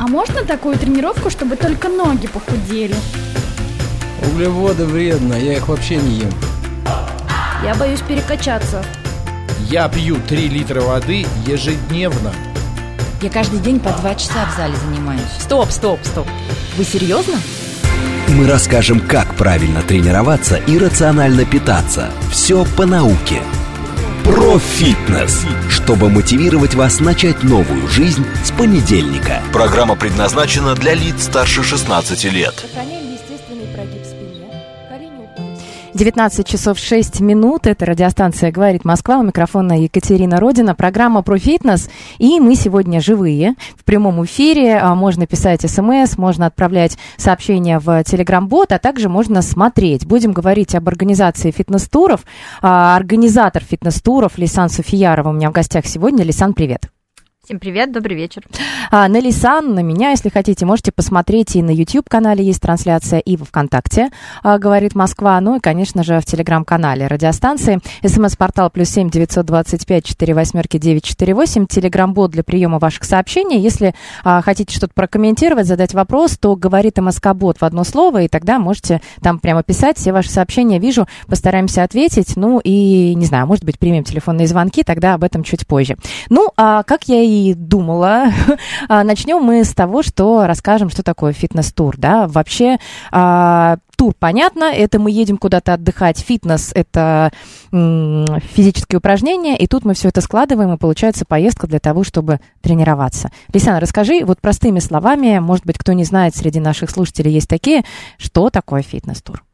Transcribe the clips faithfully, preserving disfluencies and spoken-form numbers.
А можно такую тренировку, чтобы только ноги похудели? Углеводы вредно, я их вообще не ем. Я боюсь перекачаться. Я пью три литра воды ежедневно. Я каждый день по два часа в зале занимаюсь. Стоп, стоп, стоп. Вы серьезно? Мы расскажем, как правильно тренироваться и рационально питаться. Все по науке. Про фитнес, чтобы мотивировать вас начать новую жизнь с понедельника. Программа предназначена для лиц старше шестнадцати лет. девятнадцать часов шесть минут. Это радиостанция «Говорит Москва». У микрофона Екатерина Родина. Программа про фитнес. И мы сегодня живые, в прямом эфире. Можно писать смс, можно отправлять сообщения в телеграм-бот, а также можно смотреть. Будем говорить об организации фитнес-туров. Организатор фитнес-туров Лейсан Суфиярова у меня в гостях сегодня. Лейсан, привет. Всем привет, добрый вечер. А, на Лейсан, на меня, если хотите, можете посмотреть. И на YouTube-канале есть трансляция, и во ВКонтакте а, «Говорит Москва», ну и, конечно же, в Телеграм-канале радиостанции. СМС-портал плюс семь девятьсот двадцать пять четыре восьмерки девять четыре восемь. Телеграм-бот для приема ваших сообщений. Если а, хотите что-то прокомментировать, задать вопрос, то говорит МСК-бот в одно слово, и тогда можете там прямо писать. Все ваши сообщения вижу, постараемся ответить. Ну и, не знаю, может быть, примем телефонные звонки, тогда об этом чуть позже. Ну, а как я и И думала. Начнем мы с того, что расскажем, что такое фитнес-тур. Да? Вообще, а, тур, понятно, это мы едем куда-то отдыхать. Фитнес – это м- физические упражнения, и тут мы все это складываем, и получается поездка для того, чтобы тренироваться. Лейсан, расскажи вот простыми словами, может быть, кто не знает, среди наших слушателей есть такие, что такое фитнес-тур?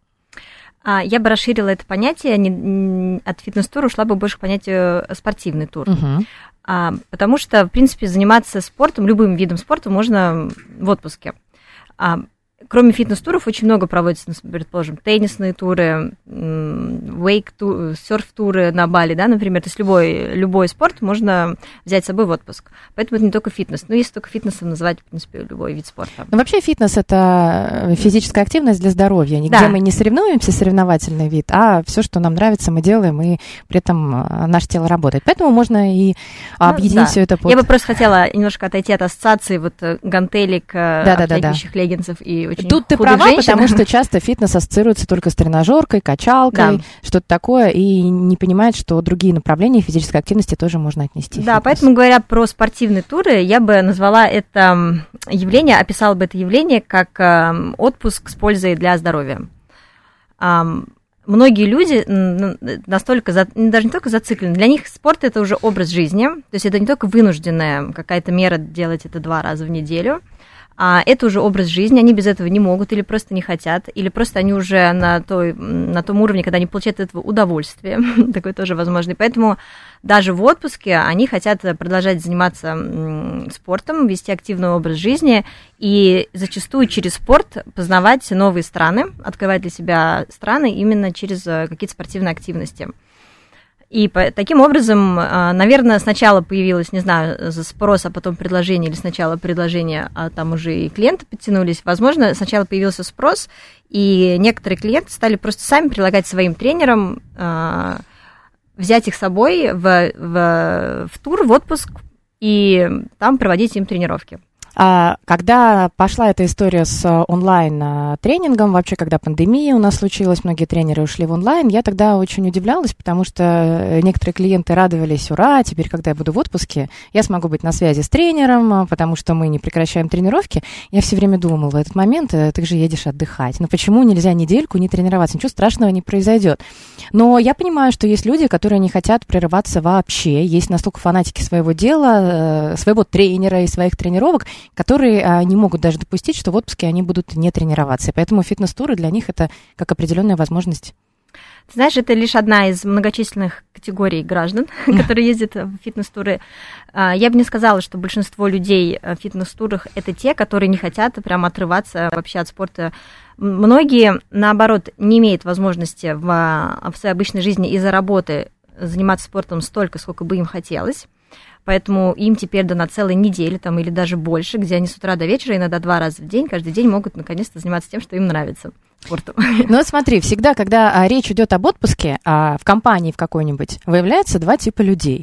Я бы расширила это понятие, от фитнес-тура ушла бы больше к понятию спортивный тур. Uh-huh. А, потому что, в принципе, заниматься спортом, любым видом спорта можно в отпуске. А, кроме фитнес-туров очень много проводится, предположим, теннисные туры, вейк-туры, серф-туры на Бали, да, например. То есть любой, любой спорт можно взять с собой в отпуск. Поэтому это не только фитнес. Но если только фитнесом называть, в принципе, любой вид спорта. Но вообще фитнес – это физическая активность для здоровья. Нигде да. мы не соревнуемся, соревновательный вид, а все, что нам нравится, мы делаем, и при этом наше тело работает. Поэтому можно и ну, объединить да. все это под... Я бы просто хотела немножко отойти от ассоциации вот гантелек, да, обтягивающих да, да, да. леггинсов и очень Тут ты права, женщин. Потому что часто фитнес ассоциируется только с тренажеркой, качалкой, да. что-то такое, и не понимает, что другие направления физической активности тоже можно отнести. Да, поэтому, говоря про спортивные туры, я бы назвала это явление, описала бы это явление как отпуск с пользой для здоровья. Многие люди настолько, даже не только зациклены, для них спорт – это уже образ жизни, то есть это не только вынужденная какая-то мера делать это два раза в неделю, а это уже образ жизни, они без этого не могут или просто не хотят, или просто они уже на, той, на том уровне, когда они получают от этого удовольствие, такое тоже возможно, и поэтому даже в отпуске они хотят продолжать заниматься спортом, вести активный образ жизни и зачастую через спорт познавать новые страны, открывать для себя страны именно через какие-то спортивные активности. И по, таким образом, наверное, сначала появилось, не знаю, спрос, а потом предложение, или сначала предложение, а там уже и клиенты подтянулись. Возможно, сначала появился спрос, и некоторые клиенты стали просто сами предлагать своим тренерам взять их с собой в, в, в тур, в отпуск, и там проводить им тренировки. Когда пошла эта история с онлайн-тренингом, вообще, когда пандемия у нас случилась, многие тренеры ушли в онлайн, я тогда очень удивлялась, потому что некоторые клиенты радовались: ура, теперь, когда я буду в отпуске, я смогу быть на связи с тренером, потому что мы не прекращаем тренировки. Я все время думала, в этот момент ты же едешь отдыхать. Но почему нельзя недельку не тренироваться? Ничего страшного не произойдет. Но я понимаю, что есть люди, которые не хотят прерываться вообще, есть настолько фанатики своего дела, своего тренера и своих тренировок, которые а, не могут даже допустить, что в отпуске они будут не тренироваться. И поэтому фитнес-туры для них это как определенная возможность. Ты знаешь, это лишь одна из многочисленных категорий граждан, которые ездят в фитнес-туры. Я бы не сказала, что большинство людей в фитнес-турах – это те, которые не хотят прям отрываться вообще от спорта. Многие, наоборот, не имеют возможности в, в своей обычной жизни из-за работы заниматься спортом столько, сколько бы им хотелось. Поэтому им теперь дана целая неделя там, или даже больше, где они с утра до вечера, иногда два раза в день, каждый день могут наконец-то заниматься тем, что им нравится. Спортом. Ну, смотри, всегда, когда а, речь идет об отпуске, а, в компании в какой-нибудь, выявляются два типа людей.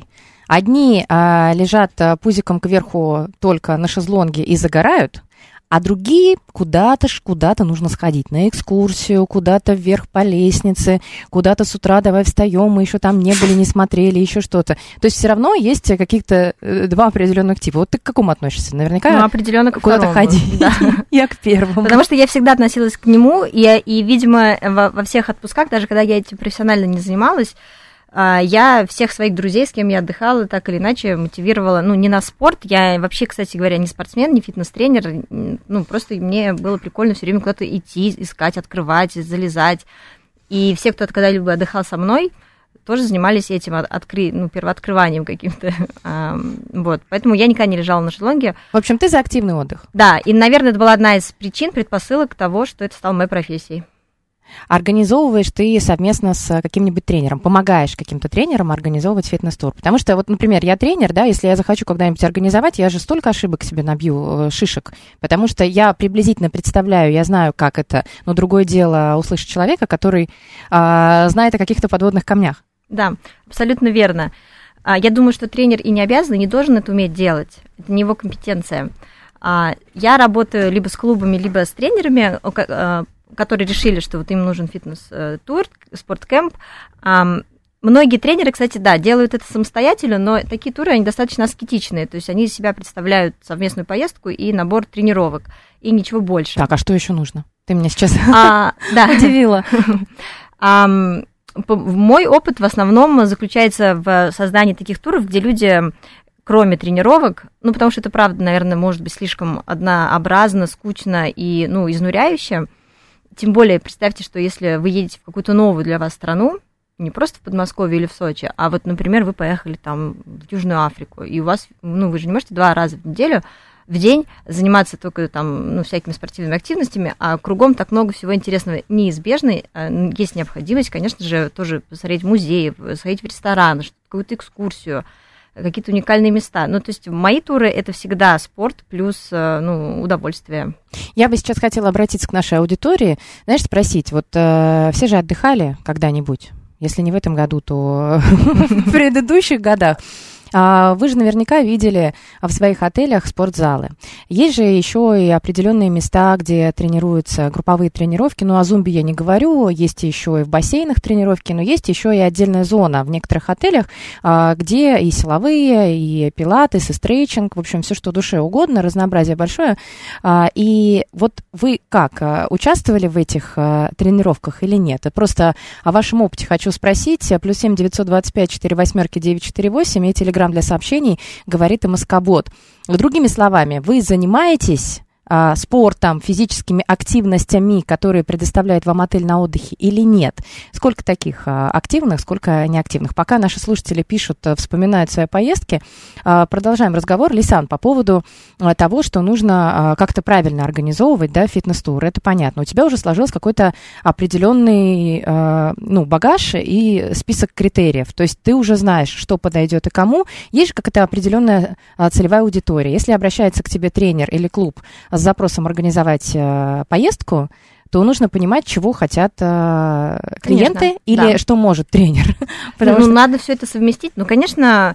Одни а, лежат а, пузиком кверху только на шезлонге и загорают, а другие куда-то ж, куда-то нужно сходить, на экскурсию, куда-то вверх по лестнице, куда-то с утра давай встаем, мы еще там не были, не смотрели, еще что-то. То есть все равно есть каких-то два определенных типа. Вот ты к какому относишься? Наверняка ну, определенно к куда-то ходить. Да. Я к первому. Потому что я всегда относилась к нему, и, и видимо, во, во всех отпусках, даже когда я этим профессионально не занималась, я всех своих друзей, с кем я отдыхала, так или иначе мотивировала, ну, не на спорт, я вообще, кстати говоря, не спортсмен, не фитнес-тренер, ну, просто мне было прикольно все время куда-то идти, искать, открывать, залезать, и все, кто когда-либо отдыхал со мной, тоже занимались этим, откры... ну, первооткрыванием каким-то, вот, поэтому я никогда не лежала на шезлонге. В общем, ты за активный отдых. Да, и, наверное, это была одна из причин, предпосылок того, что это стало моей профессией. Организовываешь ты совместно с каким-нибудь тренером, помогаешь каким-то тренерам организовывать фитнес-тур. Потому что, вот, например, я тренер, да, если я захочу когда-нибудь организовать, я же столько ошибок себе набью, шишек, потому что я приблизительно представляю, я знаю, как это, но другое дело услышать человека, который а, знает о каких-то подводных камнях. Да, абсолютно верно. Я думаю, что тренер и не обязан, и не должен это уметь делать. Это не его компетенция. Я работаю либо с клубами, либо с тренерами, которые решили, что вот им нужен фитнес-тур, спорткэмп. Многие тренеры, кстати, да, делают это самостоятельно, но такие туры, они достаточно аскетичные, то есть они из себя представляют совместную поездку и набор тренировок, и ничего больше. Так, а что еще нужно? Ты меня сейчас а, да. удивила. Мой опыт в основном заключается в создании таких туров, где люди, кроме тренировок, ну, потому что это, правда, наверное, может быть слишком однообразно, скучно и, ну, изнуряюще. Тем более, представьте, что если вы едете в какую-то новую для вас страну, не просто в Подмосковье или в Сочи, а вот, например, вы поехали там в Южную Африку, и у вас, ну, вы же не можете два раза в неделю, в день заниматься только там, ну, всякими спортивными активностями, а кругом так много всего интересного неизбежно, есть необходимость, конечно же, тоже посмотреть музеи, сходить в ресторан, какую-то экскурсию, какие-то уникальные места. Ну, то есть мои туры – это всегда спорт плюс, ну, удовольствие. Я бы сейчас хотела обратиться к нашей аудитории, знаешь, спросить, вот э, все же отдыхали когда-нибудь? Если не в этом году, то в предыдущих годах. Вы же наверняка видели в своих отелях спортзалы. Есть же еще и определенные места, где тренируются групповые тренировки. Ну, о зумбе я не говорю. Есть еще и в бассейнах тренировки, но есть еще и отдельная зона в некоторых отелях, где и силовые, и пилатес, и стретчинг, в общем, все, что душе угодно, разнообразие большое. И вот вы как, участвовали в этих тренировках или нет? Просто о вашем опыте хочу спросить. Плюс семь девятьсот двадцать пять четыре восьмерки девять четыре восемь и телеграм для сообщений говорит МСК-бот. Другими словами, вы занимаетесь а, спортом, физическими активностями, которые предоставляет вам отель на отдыхе, или нет? Сколько таких а, активных, сколько неактивных? Пока наши слушатели пишут, вспоминают свои поездки, а, продолжаем разговор. Лисан, по поводу а, того, что нужно а, как-то правильно организовывать, да, фитнес-тур, это понятно. У тебя уже сложился какой-то определенный а, ну, багаж и список критериев. То есть ты уже знаешь, что подойдет и кому. Есть же какая-то определенная а, целевая аудитория. Если обращается к тебе тренер или клуб с запросом организовать э, поездку, то нужно понимать, чего хотят э, клиенты. Конечно, или да. Что может тренер. Ну, что... надо все это совместить. Ну, конечно,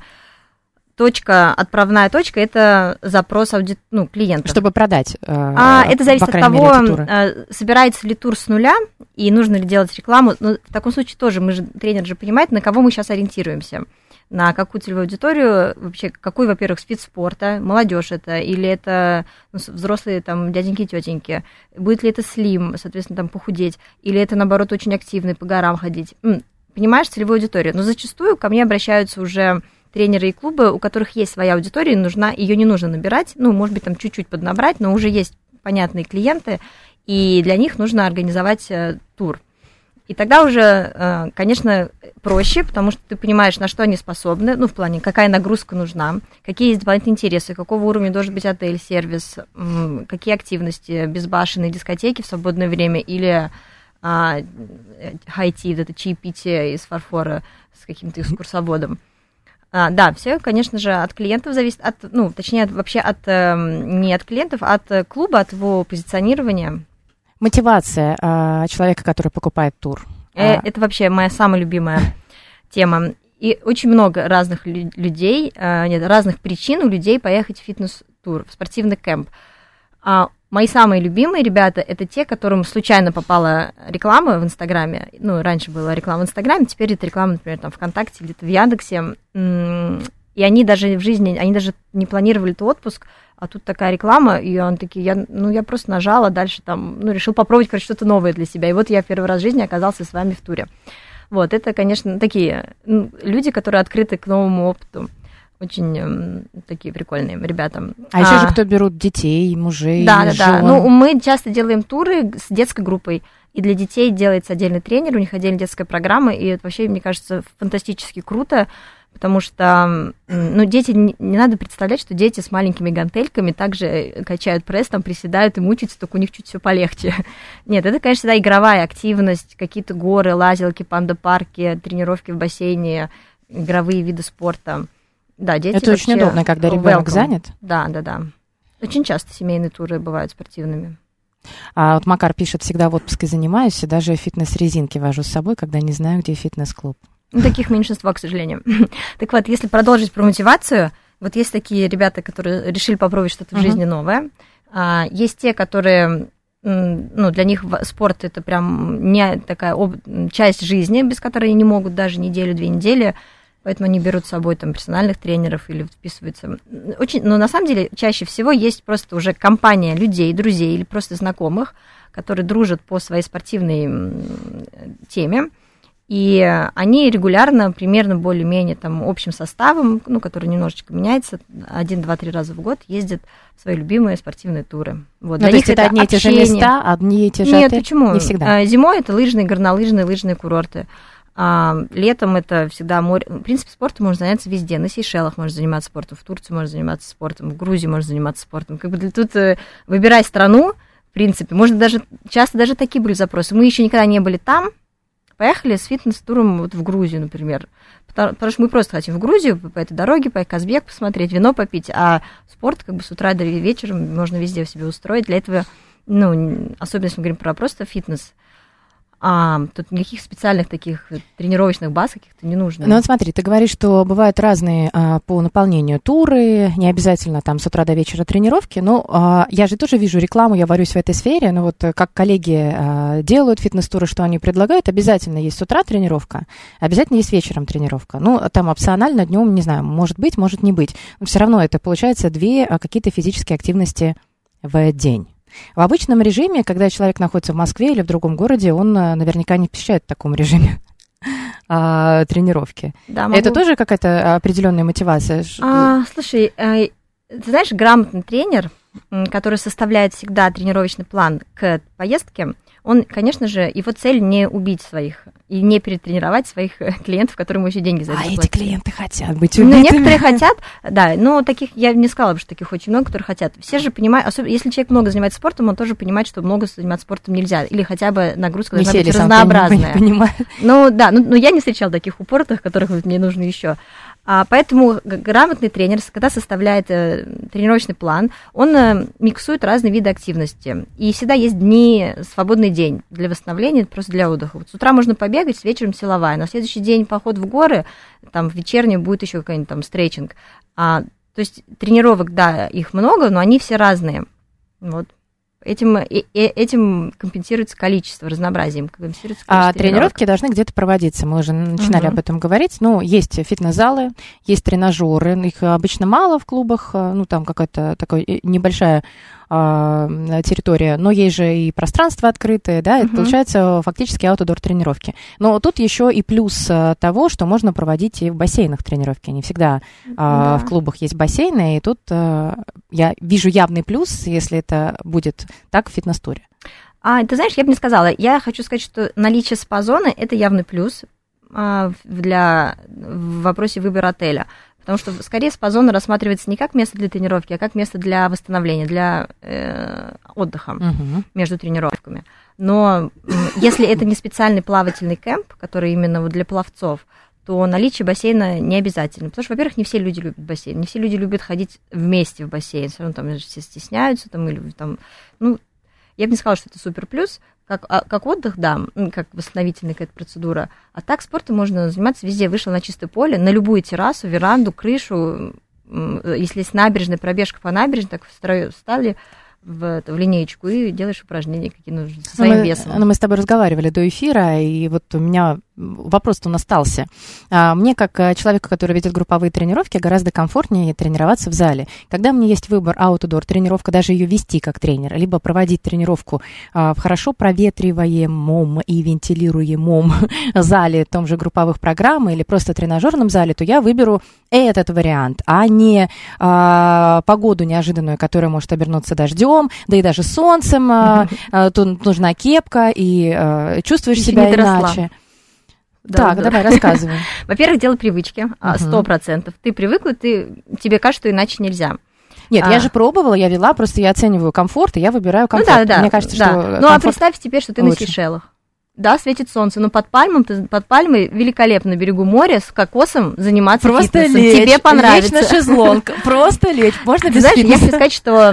точка, отправная точка – это запрос ауди... ну, клиента. Чтобы продать. Э, а это зависит от того, мере, собирается ли тур с нуля и нужно ли делать рекламу. Но в таком случае тоже мы же, тренер же понимает, на кого мы сейчас ориентируемся. На какую целевую аудиторию, вообще, какой, во-первых, вид спорта, молодежь это, или это ну, взрослые там дяденьки и тетеньки, будет ли это слим, соответственно, там похудеть, или это, наоборот, очень активный, по горам ходить. Понимаешь, целевую аудиторию. Но зачастую ко мне обращаются уже тренеры и клубы, у которых есть своя аудитория, нужна, ее не нужно набирать, ну, может быть, там чуть-чуть поднабрать, но уже есть понятные клиенты, и для них нужно организовать э, тур. И тогда уже, конечно, проще, потому что ты понимаешь, на что они способны, ну, в плане, какая нагрузка нужна, какие есть дополнительные интересы, какого уровня должен быть отель, сервис, какие активности, безбашенные дискотеки в свободное время или хай-ти, вот это чаепитие из фарфора с каким-то экскурсоводом. А, да, все, конечно же, от клиентов зависит, от, ну, точнее, вообще от, не от клиентов, а от клуба, от его позиционирования. Мотивация а, человека, который покупает тур. Это вообще моя самая любимая тема. И очень много разных лю- людей, э, нет, разных причин у людей поехать в фитнес-тур, в спортивный кэмп. А мои самые любимые ребята – это те, которым случайно попала реклама в Инстаграме. Ну, раньше была реклама в Инстаграме, теперь это реклама, например, там, ВКонтакте, где-то в Яндексе. И они даже в жизни, они даже не планировали этот отпуск, а тут такая реклама, и он такие, я, ну, я просто нажала, дальше там, ну, решил попробовать, короче, что-то новое для себя. И вот я первый раз в жизни оказался с вами в туре. Вот, это, конечно, такие ну, люди, которые открыты к новому опыту. Очень м, такие прикольные ребята. А, а еще же кто берут детей, мужей, да, да, жен. да. Ну, мы часто делаем туры с детской группой, и для детей делается отдельный тренер, у них отдельная детская программа, и это вообще, мне кажется, фантастически круто, потому что, ну, дети, не, не надо представлять, что дети с маленькими гантельками также качают пресс, там, приседают и мучаются, только у них чуть все полегче. Нет, это, конечно, да, игровая активность, какие-то горы, лазилки, панда-парки, тренировки в бассейне, игровые виды спорта. Да, дети это очень удобно, когда ребенок welcome. занят. Да, да, да. Очень часто семейные туры бывают спортивными. А вот Макар пишет, всегда в отпуске занимаюсь, и даже фитнес-резинки вожу с собой, когда не знаю, где фитнес-клуб. Ну, таких меньшинство, к сожалению. Так вот, если продолжить про мотивацию, вот есть такие ребята, которые решили попробовать что-то в uh-huh. жизни новое. А, есть те, которые, ну, для них спорт это прям не такая об... часть жизни, без которой они не могут даже неделю-две недели, поэтому они берут с собой там персональных тренеров или вписываются. Очень, но на самом деле чаще всего есть просто уже компания людей, друзей или просто знакомых, которые дружат по своей спортивной теме. И они регулярно, примерно более-менее там общим составом, ну, который немножечко меняется, один, два, три раза в год ездят в свои любимые спортивные туры. Вот. Ну, то есть это, это одни и те же места, одни и те же Нет, отели? почему? Не всегда. Зимой это лыжные, горнолыжные, лыжные курорты. А летом это всегда море. В принципе, спортом можно заняться везде. На Сейшелах можно заниматься спортом, в Турции можно заниматься спортом, в Грузии можно заниматься спортом. Как бы для тут выбирай страну, в принципе. Можно даже, часто даже такие были запросы. Мы еще никогда не были там. Поехали с фитнес-туром вот в Грузию, например. Потому, потому что мы просто хотим в Грузию по этой дороге, по Казбек посмотреть, вино попить, а спорт как бы с утра до вечера можно везде в себе устроить. Для этого, ну, особенно если мы говорим про просто фитнес, а, тут никаких специальных таких тренировочных баз каких-то не нужно. Ну вот смотри, ты говоришь, что бывают разные а, по наполнению туры, не обязательно там с утра до вечера тренировки, но а, я же тоже вижу рекламу, я варюсь в этой сфере, но вот как коллеги а, делают фитнес-туры, что они предлагают, обязательно есть с утра тренировка, обязательно есть вечером тренировка. Ну, там опционально днем, не знаю, может быть, может не быть, но все равно это получается две а, какие-то физические активности в день. В обычном режиме, когда человек находится в Москве или в другом городе, он наверняка не посещает в таком режиме а, тренировки. Да, могу... Это тоже какая-то определенная мотивация? А, слушай, а, ты знаешь, грамотный тренер, который составляет всегда тренировочный план к поездке, он, конечно же, его цель не убить своих и не перетренировать своих клиентов, которым мы еще деньги за это а заплатили. А эти клиенты хотят быть убитыми. Ну, некоторые хотят, да, но таких, я не сказала бы, что таких очень много, которые хотят. Все же понимают, особенно если человек много занимается спортом, он тоже понимает, что много заниматься спортом нельзя, или хотя бы нагрузка должна быть разнообразная. Ну, да, ну, но я не встречала таких упоротых, которых вот мне нужно еще. А, поэтому грамотный тренер, когда составляет э, тренировочный план, он э, миксует разные виды активности. И всегда есть дни, свободный день для восстановления, просто для отдыха. Вот с утра можно побегать, с вечером силовая. На следующий день поход в горы, там в вечернюю будет еще какой-нибудь там стретчинг. А, то есть тренировок, да, их много, но они все разные. Вот. Этим, и, и, этим компенсируется количество, разнообразием компенсируется количество. А тренировки должны где-то проводиться, мы уже начинали uh-huh. об этом говорить. Ну, есть фитнес-залы, есть тренажеры, их обычно мало в клубах, ну, там какая-то такая небольшая а, территория, но есть же и пространство открытое, да, uh-huh. это получается фактически аутдор тренировки. Но тут еще и плюс того, что можно проводить и в бассейнах тренировки, не всегда а, uh-huh. в клубах есть бассейны, и тут а, я вижу явный плюс, если это будет так в фитнес-туре. А, ты знаешь, я бы не сказала. Я хочу сказать, что наличие спа-зоны – это явный плюс а, для, в вопросе выбора отеля. Потому что, скорее, спа-зона рассматривается не как место для тренировки, а как место для восстановления, для э, отдыха uh-huh. между тренировками. Но если это не специальный плавательный кемп, который именно вот для пловцов, то наличие бассейна не обязательно. Потому что, во-первых, не все люди любят бассейн, не все люди любят ходить вместе в бассейн. Все равно там все стесняются, там, или там, ну, Я бы не сказала, что это супер плюс. Как, а, как отдых, да, как восстановительная какая-то процедура. А так спортом можно заниматься везде. Вышел на чистое поле, на любую террасу, веранду, крышу. Если есть набережная, пробежка по набережной, так встали в, в линеечку и делаешь упражнения, какие нужны, со своим мы, весом. Ну, мы с тобой разговаривали до эфира, и вот у меня вопрос-то он остался. А, мне, как человеку, который ведет групповые тренировки, гораздо комфортнее тренироваться в зале. Когда у меня есть выбор аутдор тренировка, даже ее вести как тренер, либо проводить тренировку а, в хорошо проветриваемом и вентилируемом зале, в том же групповых программ, или просто тренажерном зале, то я выберу этот вариант, а не а, погоду неожиданную, которая может обернуться дождем, да и даже солнцем. А, а, тут нужна кепка, и а, чувствуешь Еще себя не доросла. иначе. Да, так, да. давай, рассказывай. Во-первых, дело привычки, сто процентов. Ты привыкла, ты, тебе кажется, что иначе нельзя. Нет, а. я же пробовала, я вела, просто я оцениваю комфорт, и я выбираю комфорт. Ну да, да. Мне кажется, да. что Ну комфорт а представь теперь, что ты лучше. на Сейшелах. Да, светит солнце, но под пальмом, ты, под пальмой великолепно на берегу моря с кокосом заниматься просто фитнесом. лечь, Тебе понравится. лечь на шезлонг, просто лечь. Можно Ты без знаешь, фитнеса? я хочу сказать, что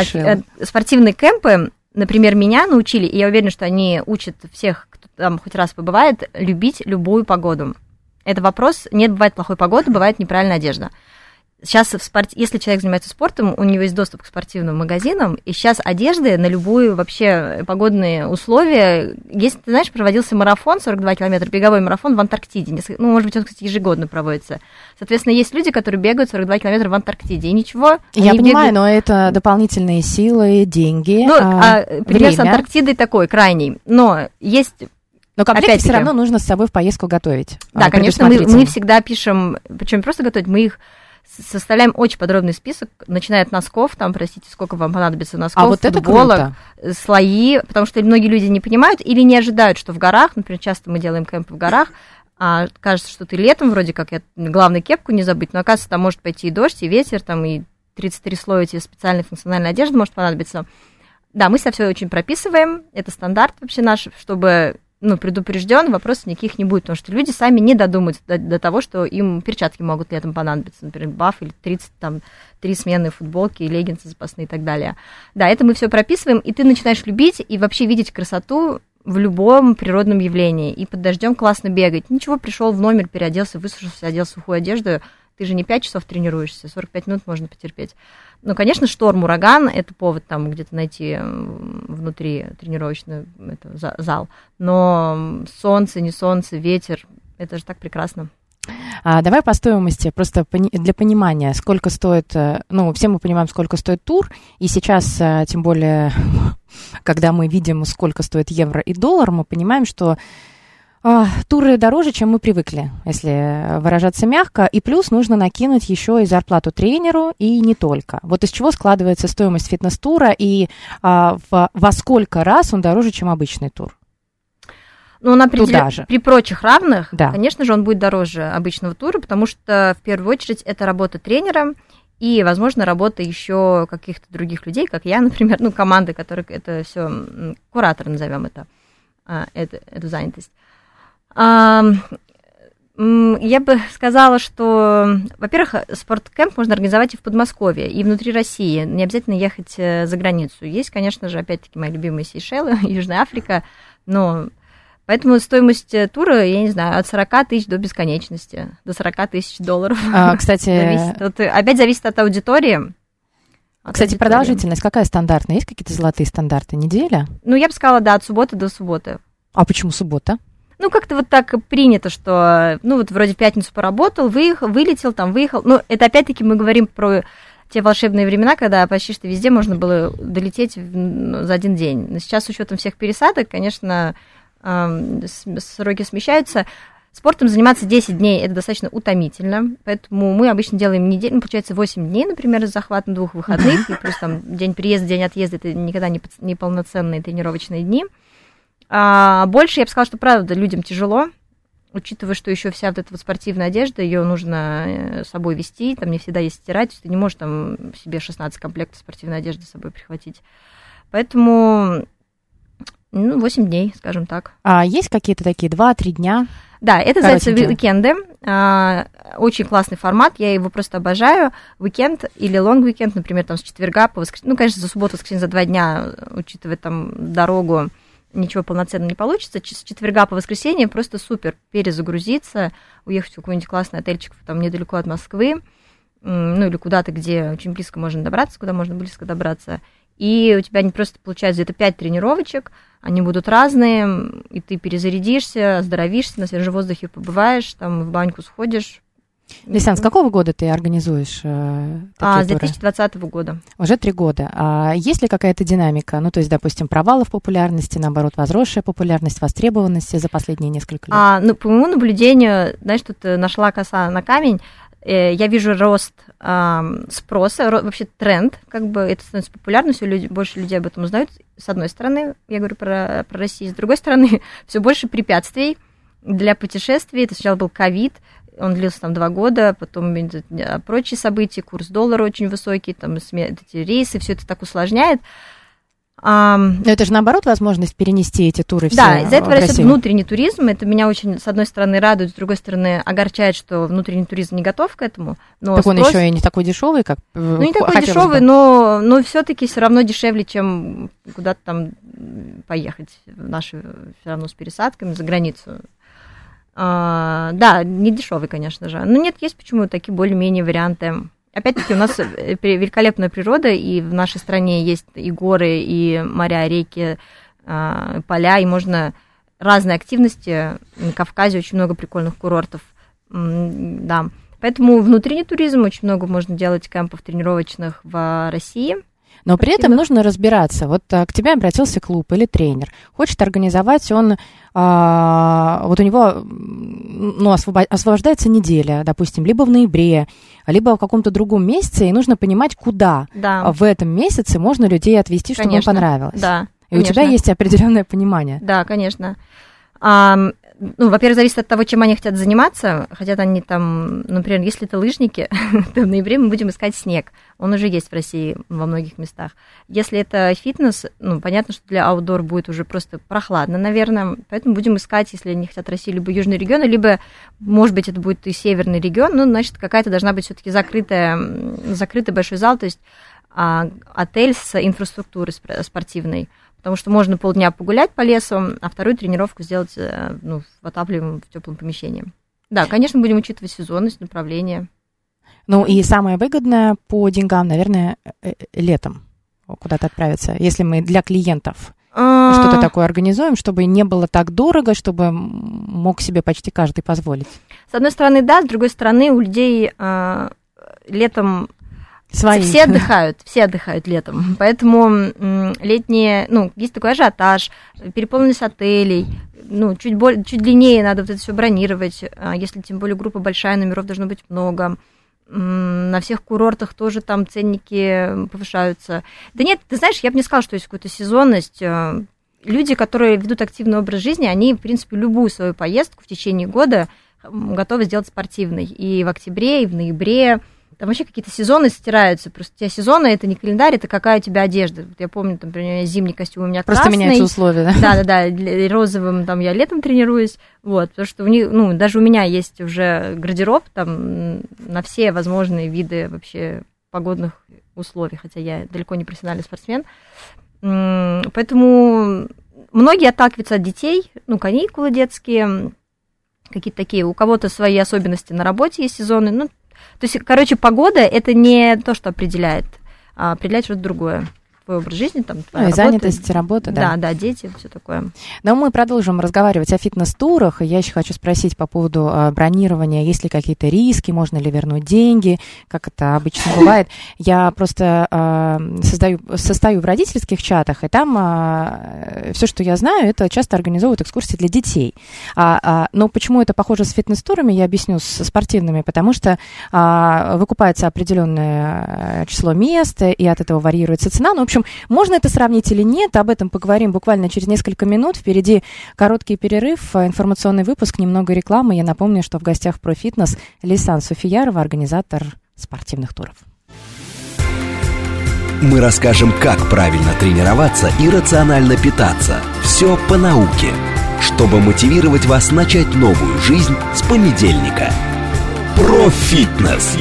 а, спортивные кемпы, например, меня научили, и я уверена, что они учат всех, кто там хоть раз побывает, любить любую погоду. Это вопрос, нет, бывает плохой погоды, бывает неправильная одежда. Сейчас, в спорт... если человек занимается спортом, у него есть доступ к спортивным магазинам, и сейчас одежды на любую вообще погодные условия. Есть, ты знаешь, проводился марафон, сорок два километра, беговой марафон в Антарктиде. Несколько... Ну, может быть, он, кстати, ежегодно проводится. Соответственно, есть люди, которые бегают сорок два километра в Антарктиде, и ничего. Я понимаю, бегают... но это дополнительные силы, деньги, Ну, а, а, пример с время. Антарктидой такой, крайний. Но есть... Но комплект Опять-таки. все равно нужно с собой в поездку готовить. Да, а, конечно, мы, мы предусмотрительно. всегда пишем, причем просто готовить, мы их составляем очень подробный список, начиная от носков, там, простите, сколько вам понадобится носков, А вот это футболок, круто. слои, потому что многие люди не понимают или не ожидают, что в горах, например, часто мы делаем кемпы в горах, а кажется, что ты летом вроде как, я, главное, кепку не забыть, но оказывается, там может пойти и дождь, и ветер, там, и тридцать три слоя тебе специальной функциональной одежды может понадобиться. Да, мы себя все очень прописываем, это стандарт вообще наш, чтобы... ну, предупрежден, вопросов никаких не будет, потому что люди сами не додумаются до, до того, что им перчатки могут летом понадобиться, например, баф или тридцать, там, три сменные футболки, леггинсы запасные и так далее. Да, это мы все прописываем, и ты начинаешь любить и вообще видеть красоту в любом природном явлении. И под дождем классно бегать. Ничего, пришел в номер, переоделся, высушился, одел сухую одежду, ты же не пять часов тренируешься, сорок пять минут можно потерпеть. Ну, конечно, шторм, ураган – это повод там где-то найти внутри тренировочный это, зал. Но солнце, не солнце, ветер – это же так прекрасно. А, давай по стоимости, просто для понимания, сколько стоит, ну, все мы понимаем, сколько стоит тур, и сейчас, тем более, когда мы видим, сколько стоит евро и доллар, мы понимаем, что а, туры дороже, чем мы привыкли, если выражаться мягко, и плюс нужно накинуть еще и зарплату тренеру, и не только. Вот из чего складывается стоимость фитнес-тура, и а, в, во сколько раз он дороже, чем обычный тур? Ну, он определен... При прочих равных, да. Конечно же, он будет дороже обычного тура, потому что, в первую очередь, это работа тренера и, возможно, работа еще каких-то других людей, как я, например, ну, команды, которые это все, кураторы, назовем это, это, эту занятость. Я бы сказала, что, во-первых, спорткэмп можно организовать и в Подмосковье, и внутри России, не обязательно ехать за границу. Есть, конечно же, опять-таки, мои любимые Сейшелы, Южная Африка, но... Поэтому стоимость тура, я не знаю, от сорок тысяч до бесконечности, до сорок тысяч долларов. А, кстати... зависит от, опять зависит от аудитории. От кстати, аудитории. Продолжительность какая стандартная? Есть какие-то золотые стандарты? Неделя? Ну, я бы сказала, да, от субботы до субботы. А почему суббота? Ну, как-то вот так принято, что, ну, вот вроде в пятницу поработал, выехал, вылетел, там, выехал. Ну, это опять-таки мы говорим про те волшебные времена, когда почти что везде можно было долететь за один день. Но сейчас с учетом всех пересадок, конечно... сроки смещаются. Спортом заниматься десять дней – это достаточно утомительно, поэтому мы обычно делаем неделю, ну, получается, восемь дней, например, с захватом двух выходных, и плюс там день приезда, день отъезда – это никогда не, не полноценные тренировочные дни. А больше, я бы сказала, что, правда, людям тяжело, учитывая, что еще вся вот эта вот спортивная одежда, ее нужно с собой вести, там не всегда есть стирать, то есть ты не можешь там себе шестнадцать комплектов спортивной одежды с собой прихватить. Поэтому... Ну, восемь дней, скажем так. А есть какие-то такие два-три дня? Да, это называется Коротенькие. уикенды. А, очень классный формат, я его просто обожаю. Уикенд или лонг-уикенд, например, там с четверга по воскресенье. Ну, конечно, за субботу, воскресенье, за два дня, учитывая там дорогу, ничего полноценного не получится. С четверга по воскресенье просто супер перезагрузиться, уехать в какой-нибудь классный отельчик там недалеко от Москвы, ну, или куда-то, где очень близко можно добраться, куда можно близко добраться. И у тебя не просто получается где-то пять тренировочек, они будут разные, и ты перезарядишься, оздоровишься, на свежем воздухе побываешь, там в баньку сходишь. Лейсан, с какого года ты организуешь э, такие А, с две туры? тысячи двадцатого года. Уже три года. А есть ли какая-то динамика? Ну, то есть, допустим, провалы в популярности, наоборот, возросшая популярность, востребованность за последние несколько лет? А, ну, по моему наблюдению, знаешь, тут нашла коса на камень, я вижу рост э, спроса, ро, вообще тренд, как бы это становится популярным, все люди, больше людей об этом узнают. С одной стороны, я говорю про, про Россию, с другой стороны, все больше препятствий для путешествий. Это сначала был ковид, он длился там два года, потом прочие события, курс доллара очень высокий, там эти рейсы, все это так усложняет. Но это же, наоборот, возможность перенести эти туры все Да, из-за этого в растет Россию. внутренний туризм. Это меня очень, с одной стороны, радует, с другой стороны, огорчает, что внутренний туризм не готов к этому. Но так он спрос... еще и не такой дешевый, как Ну, не такой дешевый, но, но все-таки все равно дешевле, чем куда-то там поехать в наши, все равно с пересадками за границу. А, да, не дешевый, конечно же. Но нет, есть почему такие более-менее варианты. Опять-таки, у нас великолепная природа, и в нашей стране есть и горы, и моря, реки, поля, и можно разные активности. На Кавказе очень много прикольных курортов, да. Поэтому внутренний туризм, очень много можно делать кемпов тренировочных в России. Но при этом нужно разбираться. Вот а, к тебе обратился клуб или тренер. Хочет организовать он, а, вот у него ну, освобо- освобождается неделя, допустим, либо в ноябре, либо в каком-то другом месяце, и нужно понимать, куда Да. в этом месяце можно людей отвезти, чтобы Конечно. им понравилось. Да, и у тебя есть определенное понимание. Да, конечно. А, ну, во-первых, зависит от того, чем они хотят заниматься. Хотят они там, например, если это лыжники, то в ноябре мы будем искать снег. Он уже есть в России во многих местах. Если это фитнес, ну, понятно, что для аутдор будет уже просто прохладно, наверное. Поэтому будем искать, если они хотят Россию, либо южный регион, либо, может быть, это будет и северный регион. Ну, значит, какая-то должна быть все-таки закрытая, закрытый большой зал, то есть а, отель с инфраструктурой спортивной. Потому что можно полдня погулять по лесу, а вторую тренировку сделать ну, в отапливаемом, в теплом помещении. Да, конечно, будем учитывать сезонность, направление. Ну и самое выгодное по деньгам, наверное, летом куда-то отправиться, если мы для клиентов А... что-то такое организуем, чтобы не было так дорого, чтобы мог себе почти каждый позволить. С одной стороны, да, с другой стороны, у людей а, летом... Свои. Все отдыхают, все отдыхают летом, поэтому м, летние, ну, есть такой ажиотаж, переполненность отелей, ну, чуть, более, чуть длиннее надо вот это все бронировать, если тем более группа большая, номеров должно быть много, м, на всех курортах тоже там ценники повышаются. Да нет, ты знаешь, я бы не сказала, что есть какая-то сезонность. Люди, которые ведут активный образ жизни, они, в принципе, любую свою поездку в течение года готовы сделать спортивной, и в октябре, и в ноябре. Там вообще какие-то сезоны стираются. Просто у тебя сезоны, это не календарь, это какая у тебя одежда. Вот я помню, там, например, зимний костюм у меня Просто красный. меняются условия, да? Да-да-да, розовым там я летом тренируюсь. Вот, потому что у них, ну, даже у меня есть уже гардероб там на все возможные виды вообще погодных условий, хотя я далеко не профессиональный спортсмен. Поэтому многие отталкиваются от детей, ну, каникулы детские, какие-то такие. У кого-то свои особенности на работе есть сезоны, ну, то есть, короче, погода – это не то, что определяет, а определяет что-то другое. Твой образ жизни, там, твоя ну, и работа. занятость, работа, да. Да, да, дети, все такое. Но мы продолжим разговаривать о фитнес-турах, и я еще хочу спросить по поводу а, бронирования, есть ли какие-то риски, можно ли вернуть деньги, как это обычно бывает. Я просто а, создаю, состою в родительских чатах, и там а, все, что я знаю, это часто организовывают экскурсии для детей. А, а, но почему это похоже с фитнес-турами, я объясню, с спортивными, потому что а, выкупается определенное число мест, и от этого варьируется цена. Ну, в общем, можно это сравнить или нет, об этом поговорим буквально через несколько минут. Впереди короткий перерыв, информационный выпуск, немного рекламы. Я напомню, что в гостях «Профитнес» Лейсан Суфиярова, организатор спортивных туров. Мы расскажем, как правильно тренироваться и рационально питаться. Все по науке. чтобы мотивировать вас начать новую жизнь с понедельника. Профитнес.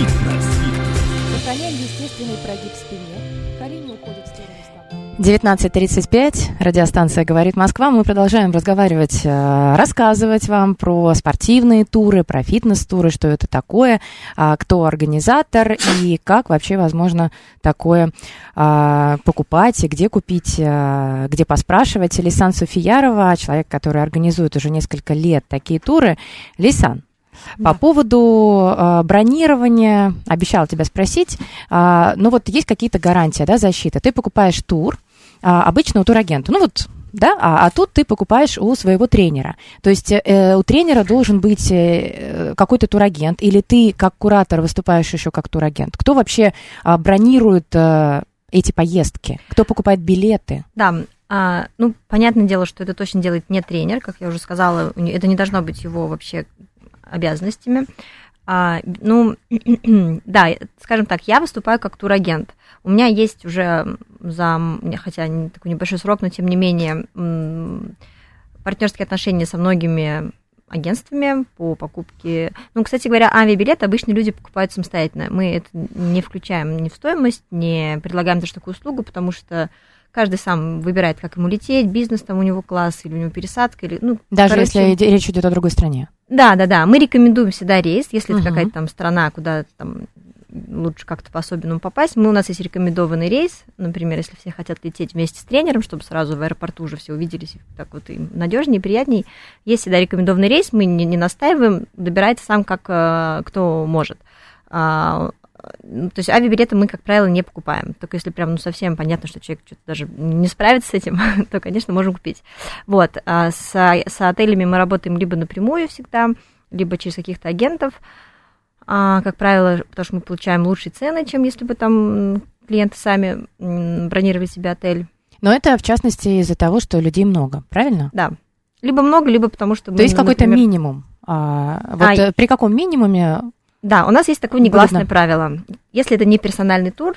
Сохраняем естественный прогиб спине. Колени уходят в сторону стопы. девятнадцать тридцать пять. Радиостанция «Говорит Москва». Мы продолжаем разговаривать, рассказывать вам про спортивные туры, про фитнес-туры, что это такое, кто организатор и как вообще возможно такое покупать, и где купить, где поспрашивать. Лейсан Суфиярова, человек, который организует уже несколько лет такие туры. Лейсан, Да. по поводу э, бронирования, обещала тебя спросить, э, ну вот есть какие-то гарантии, да, защиты. Ты покупаешь тур, э, обычно у турагента, ну вот, да, а, а тут ты покупаешь у своего тренера. То есть э, у тренера должен быть э, какой-то турагент, или ты как куратор выступаешь еще как турагент. Кто вообще э, бронирует э, эти поездки? Кто покупает билеты? Да, а, ну, понятное дело, что это точно делает не тренер, как я уже сказала, у не- это не должно быть его вообще обязанностями. А, ну, да, скажем так, я выступаю как турагент. У меня есть уже за, хотя не такой небольшой срок, но тем не менее м, партнерские отношения со многими агентствами по покупке. Ну, кстати говоря, авиабилеты обычно люди покупают самостоятельно. Мы это не включаем ни в стоимость, не предлагаем даже такую услугу, потому что каждый сам выбирает, как ему лететь, бизнес там у него класс, или у него пересадка, или, ну, Даже короче, если иде- речь идет о другой стране. да, да, да. Мы рекомендуем всегда рейс, если Мгм. это какая-то там страна, куда там лучше как-то по-особенному попасть. Мы, у нас есть рекомендованный рейс, например, если все хотят лететь вместе с тренером, чтобы сразу в аэропорту уже все увиделись, и так вот им надежнее, приятней. Есть всегда рекомендованный рейс, мы не, не настаиваем, добирается сам, как э, кто может. А, то есть авиабилеты мы, как правило, не покупаем. Только если прям ну, совсем понятно, что человек что-то даже не справится с этим, то, конечно, можем купить. Вот. А с, с отелями мы работаем либо напрямую всегда, либо через каких-то агентов. А, как правило, потому что мы получаем лучшие цены, чем если бы там клиенты сами м, бронировали себе отель. Но это, в частности, из-за того, что людей много, правильно? Да. Либо много, либо потому что... То мы, есть какой-то например, минимум. А, вот А, э, при каком минимуме? Да, у нас есть такое негласное Выгодно. правило. Если это не персональный тур,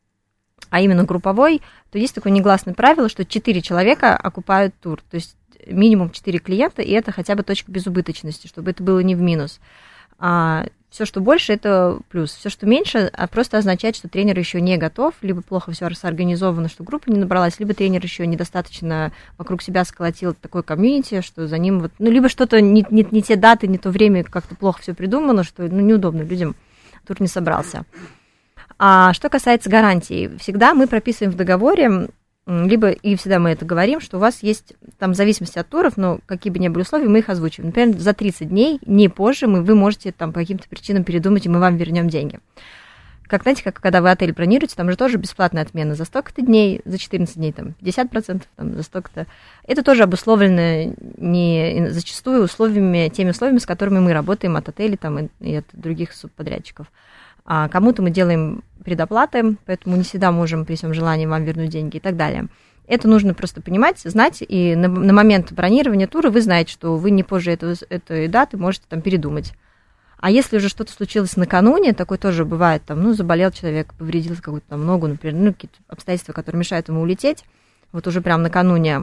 а именно групповой, то есть такое негласное правило, что четыре человека окупают тур. То есть минимум четыре клиента, и это хотя бы точка безубыточности, чтобы это было не в минус. А все, что больше, это плюс. Все, что меньше, а просто означает, что тренер еще не готов, либо плохо все организовано, что группа не набралась, либо тренер еще недостаточно вокруг себя сколотил такой комьюнити, что за ним вот, ну, либо что-то не, не, не те даты, не то время, как-то плохо все придумано, что ну, неудобно людям, тур не собрался. А что касается гарантий, всегда мы прописываем в договоре, либо и всегда мы это говорим, что у вас есть, там, в зависимости от туров, но какие бы ни были условия, мы их озвучиваем. Например, за тридцать дней, не позже, мы, вы можете там по каким-то причинам передумать, и мы вам вернем деньги. Как, знаете, как когда вы отель бронируете, там же тоже бесплатная отмена за столько-то дней, за четырнадцать дней, там, пятьдесят процентов, там, за столько-то. Это тоже обусловлено не, зачастую условиями, теми условиями, с которыми мы работаем от отелей там, и, и от других субподрядчиков. А кому-то мы делаем предоплаты, поэтому не всегда можем при всем желании вам вернуть деньги и так далее. Это нужно просто понимать, знать, и на, на момент бронирования тура вы знаете, что вы не позже этого, этой даты можете там передумать. А если уже что-то случилось накануне, такое тоже бывает, там, ну, заболел человек, повредился какую-то там ногу, например, ну, какие-то обстоятельства, которые мешают ему улететь, вот уже прям накануне,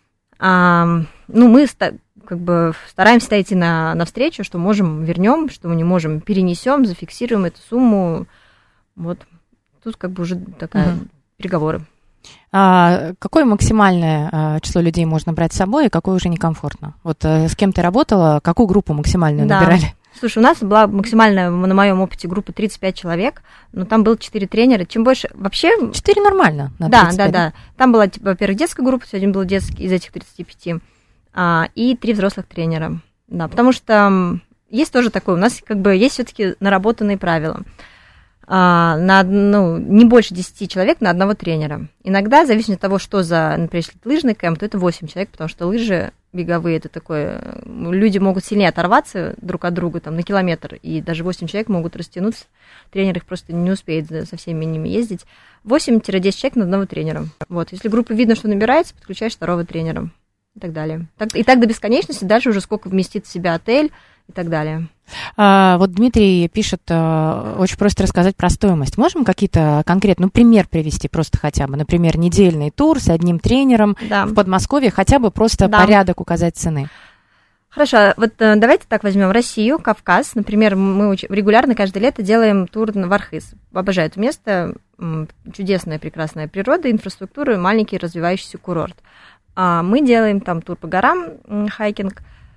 а, ну, мы как бы стараемся идти на, навстречу, что можем, вернем, что мы не можем, перенесем, зафиксируем эту сумму, вот, тут как бы уже такая Мгм. переговоры. А какое максимальное а, число людей можно брать с собой, и какое уже некомфортно? Вот а, с кем ты работала, какую группу максимальную Да. набирали? Слушай, у нас была максимальная, на моем опыте, группа тридцать пять человек, но там было четыре тренера. Чем больше... Вообще... Четыре нормально. На Да, тридцать да, пять. да. Там была, типа, во-первых, детская группа, сегодня был детский из этих тридцати пяти, а, и три взрослых тренера. Да, потому что м, есть тоже такое, у нас как бы есть все-таки наработанные правила. А, на, ну, не больше десяти человек на одного тренера. Иногда, зависит от того, что за, например, если это лыжный кэмп, то это восемь человек, потому что лыжи беговые, это такое, люди могут сильнее оторваться друг от друга там, на километр, и даже восемь человек могут растянуться, тренер их просто не успеет со всеми ними ездить. восемь-десять человек на одного тренера. Вот. Если группа видно, что набирается, подключаешь второго тренера и так далее. Так, и так до бесконечности, дальше уже сколько вместит в себя отель и так далее. А, вот Дмитрий пишет, а, очень просто рассказать про стоимость. Можем какие-то конкретные, ну, пример привести просто хотя бы? Например, недельный тур с одним тренером Да. в Подмосковье, хотя бы просто Да. порядок указать цены. Хорошо, вот э, давайте так возьмем Россию, Кавказ. Например, мы уч- регулярно каждое лето делаем тур в Архыз. Обожаю это место. М, чудесная, прекрасная природа, инфраструктура, маленький развивающийся курорт. А мы делаем там тур по горам, м, хайкинг.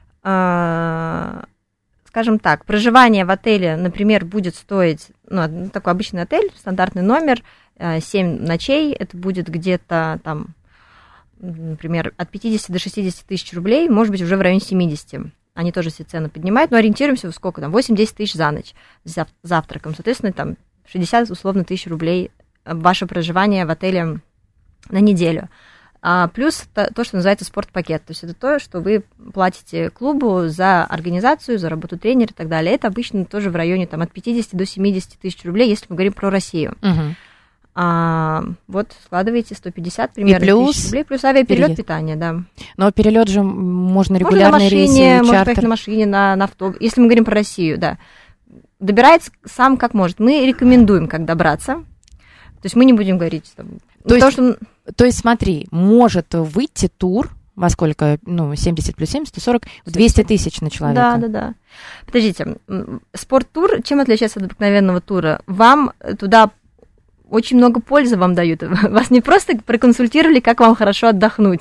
А, скажем так, проживание в отеле, например, будет стоить, ну, такой обычный отель, стандартный номер, семь ночей, это будет где-то там, например, от пятидесяти до шестидесяти тысяч рублей, может быть, уже в районе семидесяти. Они тоже все цены поднимают, но ориентируемся в сколько там, восемь-десять тысяч за ночь с завтраком. Соответственно, там шестьдесят условно тысяч рублей ваше проживание в отеле на неделю. А плюс то, то, что называется спортпакет. То есть это то, что вы платите клубу за организацию, за работу тренера и так далее. Это обычно тоже в районе там, от пятидесяти до семидесяти тысяч рублей, если мы говорим про Россию. Угу. А, вот складываете сто пятьдесят примерно плюс тысяч рублей, плюс авиаперелет, переезд. Питание, да. Но перелет же можно регулярные можно на машине, рейсы, можно чартер. поехать на машине, на, на автобус. Если мы говорим про Россию, да. Добирается сам как может. Мы рекомендуем, как добраться. То есть мы не будем говорить там. То, есть, что... то есть, смотри, может выйти тур во сколько, ну, семьдесят плюс семьдесят, сто сорок, в двести тысяч на человека. Да, да, да. Подождите, спорттур чем отличается от обыкновенного тура? Вам туда очень много пользы вам дают. Вас не просто проконсультировали, как вам хорошо отдохнуть,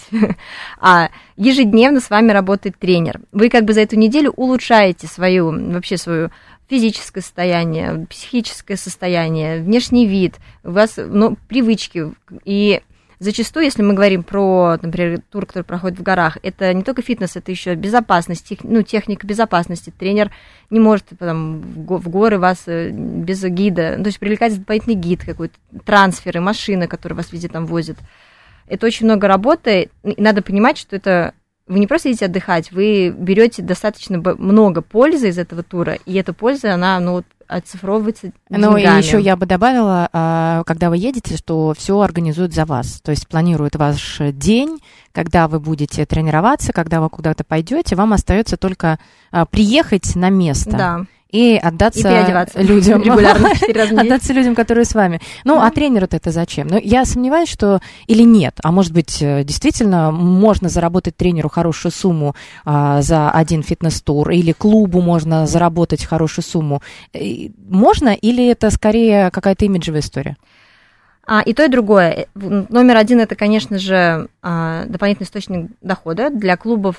а ежедневно с вами работает тренер. Вы как бы за эту неделю улучшаете свою, вообще свою физическое состояние, психическое состояние, внешний вид, у вас ну, привычки. И зачастую, если мы говорим про, например, тур, который проходит в горах, это не только фитнес, это еще безопасность, тех, ну, техника безопасности. Тренер не может там, в горы вас без гида, то есть привлекать дополнительный гид какой-то, трансферы, машины, которые вас везде там возят. Это очень много работы, и надо понимать, что это вы не просто идете отдыхать, вы берете достаточно много пользы из этого тура, и эта польза, она, ну, вот, оцифровывается деньгами. Ну, и еще я бы добавила, когда вы едете, что все организуют за вас, то есть планируют ваш день, когда вы будете тренироваться, когда вы куда-то пойдете, вам остается только приехать на место. Да. И отдаться и людям, регулярно, отдаться людям, которые с вами. Ну, да. А тренеру-то это зачем? Ну, я сомневаюсь, что или нет, а может быть, действительно, можно заработать тренеру хорошую сумму а, за один фитнес-тур, или клубу можно заработать хорошую сумму. Можно, или это скорее какая-то имиджевая история? А, и то, и другое. Номер один – это, конечно же, дополнительный источник дохода для клубов.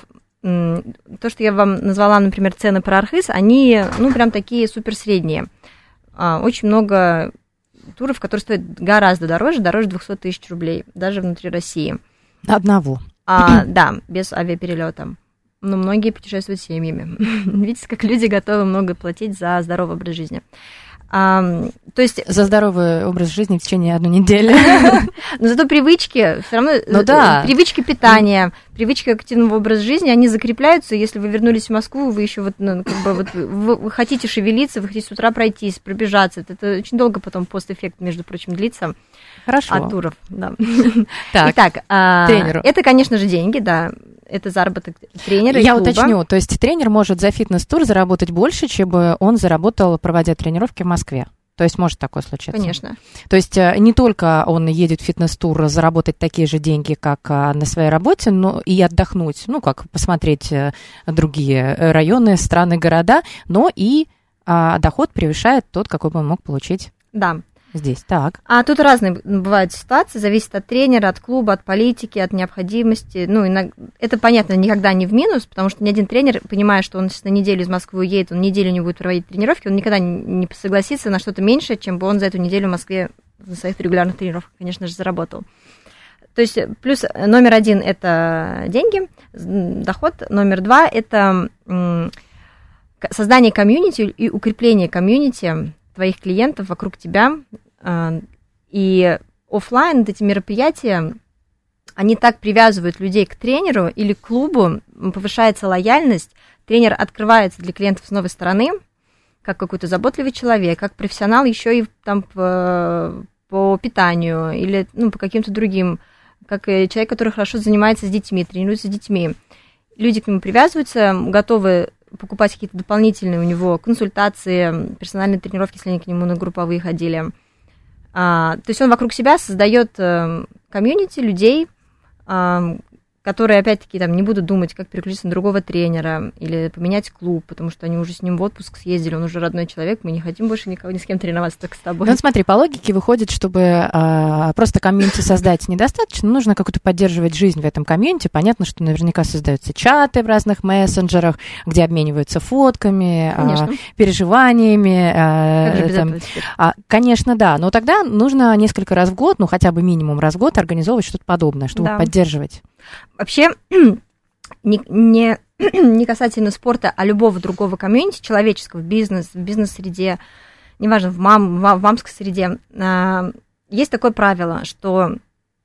То, что я вам назвала, например, цены про Архыз, они, ну, прям такие суперсредние. Очень много туров, которые стоят гораздо дороже, дороже двести тысяч рублей, даже внутри России. Одного. А, да, без авиаперелета. Но многие путешествуют с семьями. Видите, как люди готовы много платить за здоровый образ жизни. А, то есть... За здоровый образ жизни в течение одной недели. Но зато привычки, все равно ну, да. привычки питания, привычки активного образа жизни, они закрепляются. Если вы вернулись в Москву, вы еще вот, ну, как бы вот вы, вы хотите шевелиться, вы хотите с утра пройтись, пробежаться. Это, это очень долго потом постэффект, между прочим, длится. Хорошо. От туров. Да. Так, Итак, тренеру. Это, конечно же, деньги, да. Это заработок тренера. Я и клуба. уточню, то есть тренер может за фитнес-тур заработать больше, чем бы он заработал, проводя тренировки в Москве. То есть может такое случиться? Конечно. То есть не только он едет в фитнес-тур заработать такие же деньги, как на своей работе, но и отдохнуть, ну, как посмотреть другие районы, страны, города, но и а, доход превышает тот, какой бы он мог получить. Да. Здесь, так. А тут разные бывают ситуации, зависит от тренера, от клуба, от политики, от необходимости. Ну, иногда, это, понятно, никогда не в минус, потому что ни один тренер, понимая, что он на неделю из Москвы уедет, он неделю не будет проводить тренировки, он никогда не согласится на что-то меньше, чем бы он за эту неделю в Москве на своих регулярных тренировках, конечно же, заработал. То есть плюс номер один – это деньги, доход. Номер два – это создание комьюнити и укрепление комьюнити твоих клиентов вокруг тебя. И офлайн эти мероприятия, они так привязывают людей к тренеру или к клубу, повышается лояльность, тренер открывается для клиентов с новой стороны, как какой-то заботливый человек, как профессионал еще и там по, по питанию или ну, по каким-то другим, как человек, который хорошо занимается с детьми, тренируется с детьми. Люди к нему привязываются, готовы покупать какие-то дополнительные у него консультации, персональные тренировки, если они к нему на групповые ходили. А, то есть он вокруг себя создает комьюнити людей, а, которые, опять-таки, там, не будут думать, как переключиться на другого тренера или поменять клуб, потому что они уже с ним в отпуск съездили, он уже родной человек, мы не хотим больше никого, ни с кем тренироваться, только с тобой. Ну, смотри, по логике выходит, чтобы а, просто комьюнити создать недостаточно, нужно какую-то поддерживать жизнь в этом комьюнити. Понятно, что наверняка создаются чаты в разных мессенджерах, где обмениваются фотками, а, переживаниями. А, как же без там, этого теперь? а, конечно, да, но тогда нужно несколько раз в год, ну, хотя бы минимум раз в год организовывать что-то подобное, чтобы Да. поддерживать. Вообще, не, не, не касательно спорта, а любого другого комьюнити, человеческого, в бизнес, в бизнес-среде, неважно, в, мам, в мамской среде, э, есть такое правило, что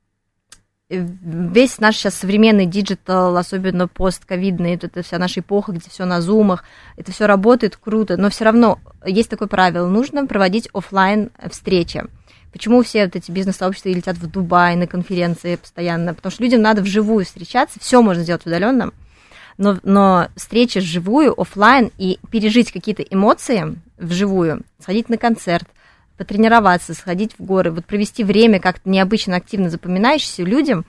весь наш сейчас современный диджитал, особенно постковидный, это вся наша эпоха, где все на зумах, это все работает круто, но все равно есть такое правило, нужно проводить офлайн встречи. Почему все вот эти бизнес-сообщества летят в Дубай на конференции постоянно? Потому что людям надо вживую встречаться, все можно сделать удаленно, но, но встречи вживую, офлайн и пережить какие-то эмоции вживую, сходить на концерт, потренироваться, сходить в горы, вот провести время как-то необычно активно запоминающееся людям,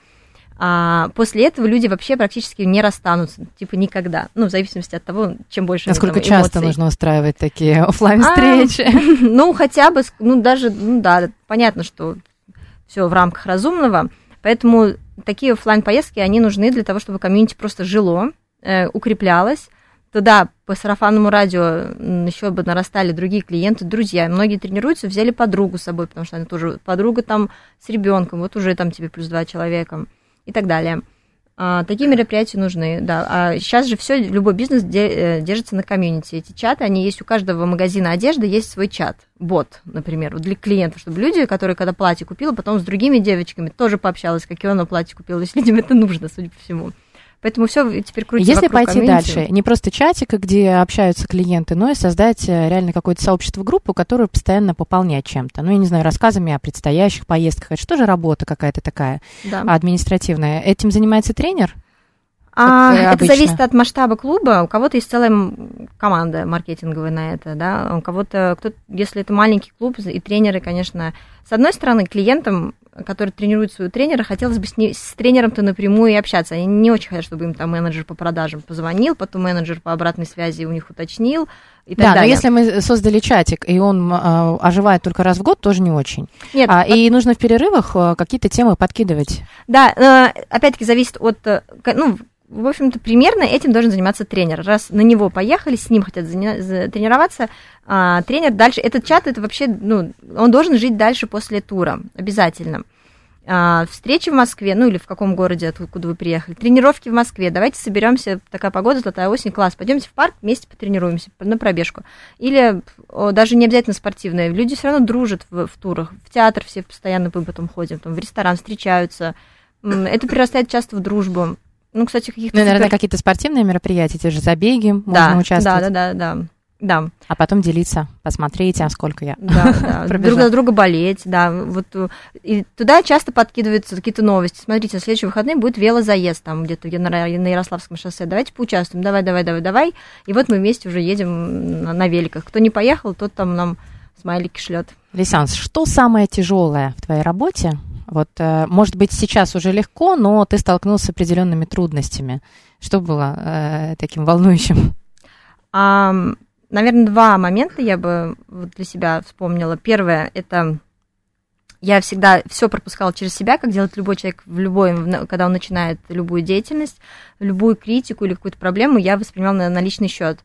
а после этого люди вообще практически не расстанутся, типа никогда, ну, в зависимости от того, чем больше Насколько там, часто эмоций. нужно устраивать такие офлайн-встречи? А, ну, хотя бы, ну, даже, ну, да, понятно, что все в рамках разумного, поэтому такие офлайн-поездки, они нужны для того, чтобы комьюнити просто жило, э, укреплялось, туда по сарафанному радио еще бы нарастали другие клиенты, друзья. Многие тренируются, взяли подругу с собой, потому что она тоже подруга там с ребенком, вот уже там тебе плюс два человека и так далее. А, такие мероприятия нужны, да. А сейчас же все, любой бизнес де, держится на комьюнити. Эти чаты, они есть у каждого магазина одежды, есть свой чат, бот, например, для клиентов, чтобы люди, которые когда платье купила, потом с другими девочками тоже пообщалась, какие она платье купила. То есть людям это нужно, судя по всему. Поэтому все теперь крутится Если вокруг пойти комьюнити. дальше, не просто чатика, где общаются клиенты, но и создать реально какое-то сообщество, группу, которую постоянно пополнять чем-то. Ну, я не знаю, рассказами о предстоящих поездках. Это что же работа какая-то такая Да. административная? Этим занимается тренер? А, Как это обычно. зависит от масштаба клуба. У кого-то есть целая команда маркетинговая на это, да. У кого-то, кто, если это маленький клуб, и тренеры, конечно, с одной стороны, клиентам, которые тренируют своего тренера, хотелось бы с, не, с тренером-то напрямую и общаться. Они не очень хотят, чтобы им там менеджер по продажам позвонил, потом менеджер по обратной связи у них уточнил и так Да, далее. но если мы создали чатик, и он а, оживает только раз в год, тоже не очень. Нет, А, и нужно в перерывах а, какие-то темы подкидывать. Да, э, опять-таки зависит от, э, ну, в общем-то, примерно этим должен заниматься тренер. Раз на него поехали, с ним хотят заня- за- тренироваться, а, тренер дальше... Этот чат, это вообще, ну, он должен жить дальше после тура, обязательно. А, встречи в Москве, ну, или в каком городе, откуда вы приехали, тренировки в Москве, давайте соберемся, такая погода, золотая осень, класс, пойдемте в парк, вместе потренируемся на пробежку. Или о, даже не обязательно спортивные, люди все равно дружат в, в турах, в театр все постоянно мы потом ходим, там, в ресторан встречаются, это перерастает часто в дружбу. Ну, кстати, каких-то... Ну, наверное, супер- какие-то спортивные мероприятия, те же забеги, да, можно участвовать. Да, да, да, да, да. А потом делиться, посмотрите, а сколько я Да, да. пробежала. Друг за друга болеть, да. Вот, и туда часто подкидываются какие-то новости. Смотрите, на следующие выходные будет велозаезд там где-то на на Ярославском шоссе. Давайте поучаствуем, давай, давай, давай, давай. И вот мы вместе уже едем на, на великах. Кто не поехал, тот там нам смайлики шлет. Лейсан, что самое тяжелое в твоей работе? Вот, э, может быть, сейчас уже легко, но ты столкнулся с определенными трудностями. Что было э, таким волнующим? А, наверное, два момента я бы вот для себя вспомнила. Первое, это я всегда все пропускала через себя, как делает любой человек, в любой, когда он начинает любую деятельность, любую критику или какую-то проблему, я воспринимала на, на личный счет.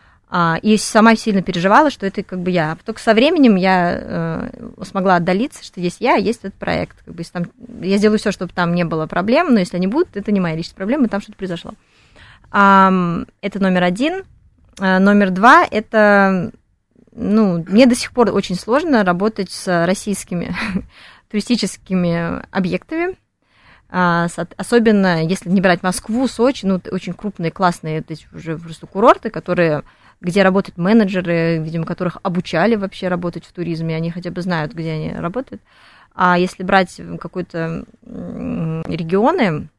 И сама сильно переживала, что это как бы я. Только со временем я э, смогла отдалиться, что есть я, есть этот проект. Как бы, если там, я сделаю все, чтобы там не было проблем, но если они будут, это не моя личная проблема, там что-то произошло. А, это номер один. А, номер два, это, ну, мне до сих пор очень сложно работать с российскими туристическими объектами. А, особенно если не брать Москву, Сочи, ну, очень крупные, классные эти уже просто курорты, которые... где работают менеджеры, видимо, которых обучали вообще работать в туризме, они хотя бы знают, где они работают. А если брать какой-то регионы,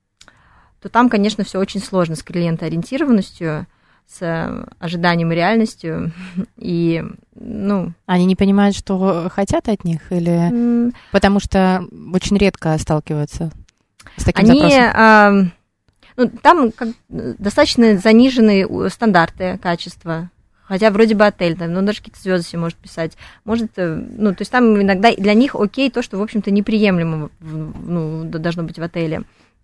то там, конечно, все очень сложно с клиентоориентированностью, с ожиданием и реальностью. И, ну... Они не понимают, что хотят от них? Или... М- Потому что очень редко сталкиваются с таким они... запросом? Ну, там как, достаточно заниженные стандарты качества. Хотя вроде бы отель, там, но даже какие-то звезды себе может писать. Может, ну, то есть там иногда для них окей то, что, в общем-то, неприемлемо, ну, должно быть в отеле.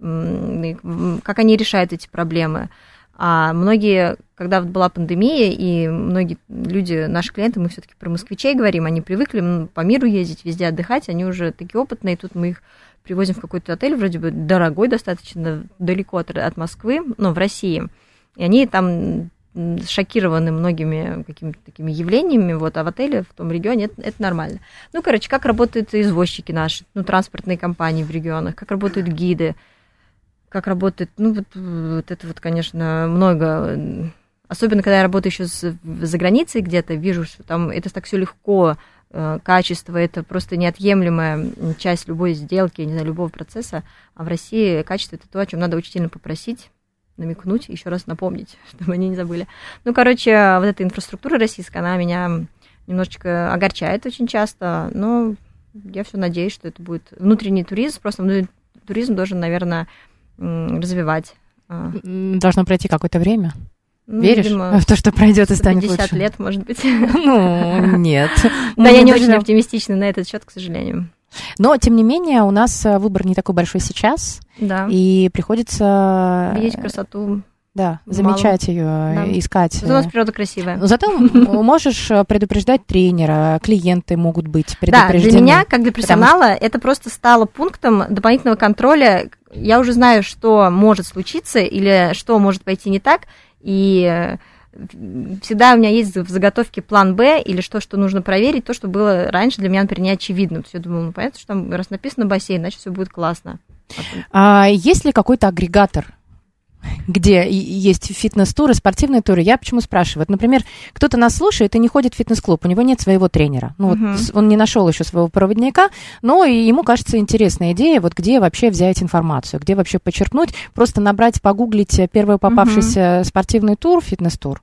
Как они решают эти проблемы. А многие, когда вот была пандемия, и многие люди, наши клиенты, мы все-таки про москвичей говорим, они привыкли по миру ездить, везде отдыхать, они уже такие опытные, тут мы их привозим в какой-то отель, вроде бы дорогой достаточно, далеко от, от Москвы, но в России, и они там шокированы многими какими-то такими явлениями, вот, а в отеле в том регионе это, это нормально. Ну, короче, как работают извозчики наши, ну, транспортные компании в регионах, как работают гиды, как работает, ну, вот, вот это вот, конечно, много, особенно когда я работаю еще за границей где-то, вижу, что там это так все легко, качество, это просто неотъемлемая часть любой сделки, не знаю, любого процесса, а в России качество это то, о чем надо очень сильно попросить, намекнуть, еще раз напомнить, чтобы они не забыли. Ну, короче, вот эта инфраструктура российская, она меня немножечко огорчает очень часто, но я все надеюсь, что это будет внутренний туризм, просто внутренний туризм должен, наверное, развивать. Должно пройти какое-то время. Ну, веришь видимо, в то, что пройдет и станет лучше? пятьдесят лет, может быть. Ну, нет. Да, я не очень оптимистична на этот счет, к сожалению. Но, тем не менее, у нас выбор не такой большой сейчас. Да. И приходится... Видеть красоту. Да, замечать ее, да. Искать. У нас природа красивая. Но зато можешь предупреждать тренера, клиенты могут быть предупреждены. Да, для меня, как для профессионала, что... это просто стало пунктом дополнительного контроля. Я уже знаю, что может случиться или что может пойти не так, и всегда у меня есть в заготовке план Б или что, что нужно проверить, то, что было раньше для меня, например, не очевидно. То есть я думала, ну, понятно, что там раз написано бассейн, значит, все будет классно. А есть ли какой-то агрегатор, где есть фитнес-туры, спортивные туры? Я почему спрашиваю? Вот, например, кто-то нас слушает и не ходит в фитнес-клуб, у него нет своего тренера. Ну, uh-huh. вот он не нашел еще своего проводника, но и ему кажется интересная идея, вот где вообще взять информацию, где вообще почерпнуть, просто набрать, погуглить первый попавшийся uh-huh. спортивный тур, фитнес-тур.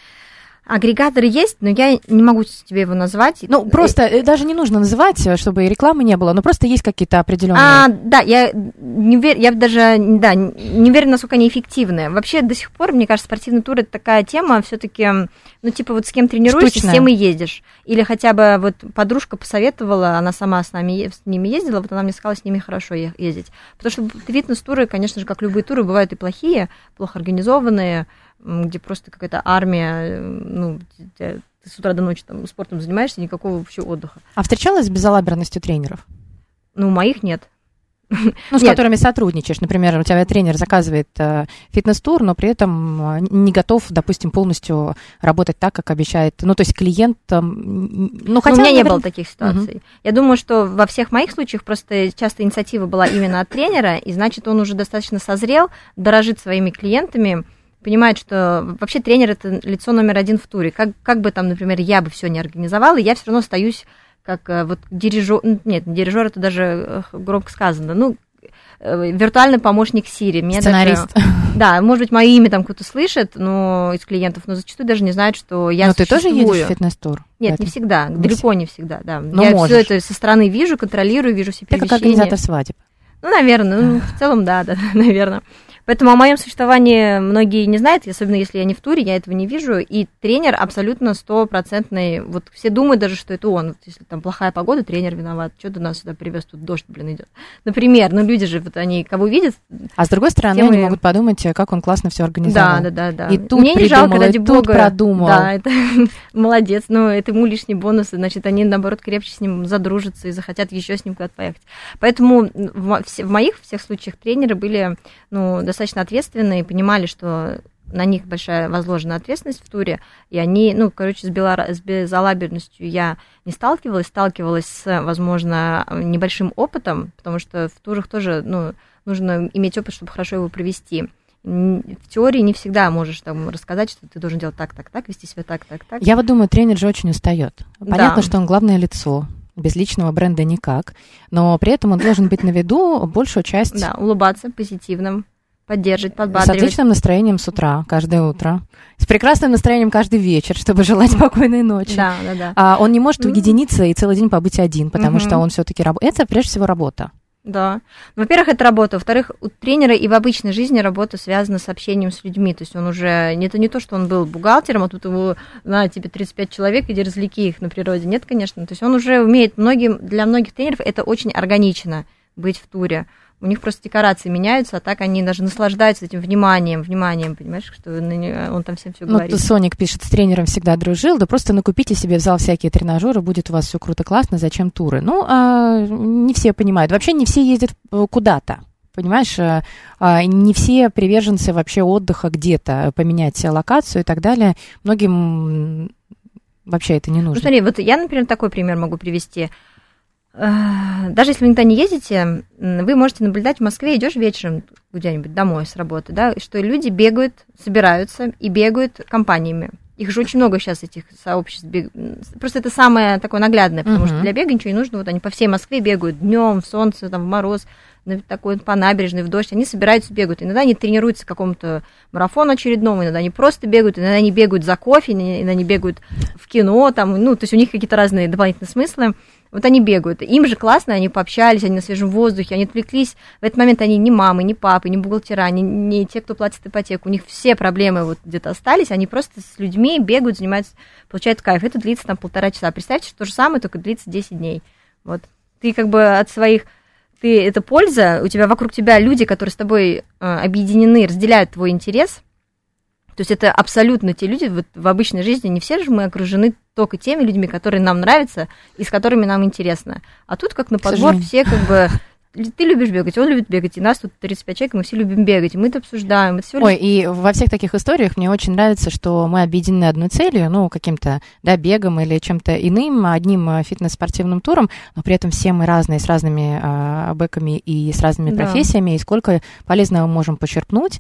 Агрегаторы есть, но я не могу тебе его назвать. Ну, просто даже не нужно называть, чтобы и рекламы не было, но просто есть какие-то определенные... А, да, я не уверена, я даже, да, не уверена, насколько они эффективны. Вообще, до сих пор, мне кажется, спортивный тур – это такая тема все-таки, ну, типа, вот с кем тренируешься, Штучная. С тем и ездишь. Или хотя бы вот подружка посоветовала, она сама с нами, с ними ездила, вот она мне сказала, с ними хорошо ездить. Потому что фитнес-туры, конечно же, как любые туры, бывают и плохие, плохо организованные, где просто какая-то армия, ну, ты с утра до ночи там спортом занимаешься, никакого вообще отдыха. А встречалась с безалаберностью тренеров? Ну, моих нет. Ну, с нет. которыми сотрудничаешь. Например, у тебя тренер заказывает э, фитнес-тур, но при этом не готов, допустим, полностью работать так, как обещает. Ну, то есть клиент... Э, ну, хотя, но у меня наверное... не было таких ситуаций. Угу. Я думаю, что во всех моих случаях просто часто инициатива была именно от тренера, и значит, он уже достаточно созрел, дорожит своими клиентами, понимает, что вообще тренер – это лицо номер один в туре. Как, как бы там, например, я бы все не организовала, я все равно остаюсь как вот дирижер, нет, не дирижер, это даже громко сказано, ну, виртуальный помощник Siri. Мне Сценарист. Даже, да, может быть, мое имя там кто-то слышит, но из клиентов, но зачастую даже не знают, что я но существую. Но ты тоже едешь в фитнес-тур? Нет, не всегда, не далеко не всегда, да. Но я можешь. все это со стороны вижу, контролирую, вижу все перемещения. Ты как организатор свадеб. Ну, наверное, ну, в целом, да, да, наверное. Поэтому о моем существовании многие не знают, особенно если я не в туре, я этого не вижу. И тренер абсолютно стопроцентный. Вот все думают даже, что это он. Вот если там плохая погода, тренер виноват. Что ты нас сюда привез, тут дождь, блин, идет. Например, ну люди же, вот они кого видят. А с другой стороны, темы... они могут подумать, как он классно все организовал. Да, да, да, да. И тут Мне не жалко, ради и тут бога. продумал. Да, это молодец. Но это ему лишние бонусы. Значит, они, наоборот, крепче с ним задружатся и захотят еще с ним куда-то поехать. Поэтому в, в моих всех случаях тренеры были, ну, достаточно ответственные и понимали, что на них большая возложена ответственность в туре, и они, ну, короче, с, белора... с безалаберностью я не сталкивалась, сталкивалась с, возможно, небольшим опытом, потому что в турах тоже, ну, нужно иметь опыт, чтобы хорошо его провести. В теории не всегда можешь там рассказать, что ты должен делать так, так, так, вести себя так, так, так. Я вот думаю, тренер же очень устает. Понятно, да. что он главное лицо, без личного бренда никак, но при этом он должен быть на виду большую часть... Да, улыбаться позитивным. Поддерживать, подбадривать. С отличным настроением с утра, каждое утро. С прекрасным настроением каждый вечер, чтобы желать спокойной ночи. Да, да, да. А он не может уединиться и целый день побыть один, потому mm-hmm. что он все-таки работает. Это прежде всего работа. Да. Во-первых, это работа. Во-вторых, у тренера и в обычной жизни работа связана с общением с людьми. То есть он уже... Это не то, что он был бухгалтером, а тут его, на тебе тридцать пять человек, иди развлеки их на природе. Нет, конечно. То есть он уже умеет... Многим, для многих тренеров это очень органично быть в туре. У них просто декорации меняются, а так они даже наслаждаются этим вниманием, вниманием, понимаешь, что он там всем все говорит. Ну, Соник пишет, с тренером всегда дружил, да просто накупите себе в зал всякие тренажеры, будет у вас все круто, классно, зачем туры? Ну, а, не все понимают, вообще не все ездят куда-то. Понимаешь, не все приверженцы вообще отдыха где-то, поменять локацию и так далее. Многим вообще это не нужно. Ну, смотри, вот я, например, такой пример могу привести. Даже если вы никуда не ездите, вы можете наблюдать в Москве, идешь вечером где-нибудь домой с работы, да, что люди бегают, собираются и бегают компаниями. Их же очень много сейчас, этих сообществ. Бег... Просто это самое такое наглядное, потому uh-huh. что для бега ничего не нужно. Вот они по всей Москве бегают днем, в солнце, там, в мороз, такой, по набережной, в дождь. Они собираются, бегают. Иногда они тренируются к какому-то марафону очередному, иногда они просто бегают, иногда они бегают за кофе, иногда они бегают в кино, там, ну, то есть у них какие-то разные дополнительные смыслы. Вот они бегают, им же классно, они пообщались, они на свежем воздухе, они отвлеклись. В этот момент они не мамы, не папы, не бухгалтера, не, не те, кто платит ипотеку. У них все проблемы вот где-то остались, они просто с людьми бегают, занимаются, получают кайф. Это длится там полтора часа. Представьте, что то же самое, только длится десять дней. Вот. Ты как бы от своих... Ты, это польза, у тебя вокруг тебя люди, которые с тобой э, объединены, разделяют твой интерес. То есть это абсолютно те люди, вот в обычной жизни не все же мы окружены только теми людьми, которые нам нравятся и с которыми нам интересно. А тут как на подбор все как бы... Ты любишь бегать, он любит бегать, и нас тут тридцать пять человек, и мы все любим бегать, и мы это обсуждаем. Это всего лишь... Ой, и во всех таких историях мне очень нравится, что мы объединены одной целью, ну, каким-то, да, бегом или чем-то иным, одним фитнес-спортивным туром, но при этом все мы разные, с разными а, бэками и с разными да. профессиями, и сколько полезного мы можем почерпнуть.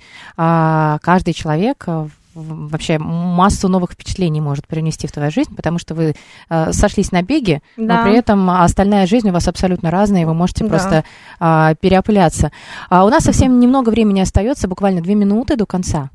А, каждый человек... вообще массу новых впечатлений может принести в твою жизнь, потому что вы э, сошлись на беге, да. но при этом остальная жизнь у вас абсолютно разная, и вы можете да. просто э, переопыляться. А у нас совсем немного времени остается, буквально две минуты до конца.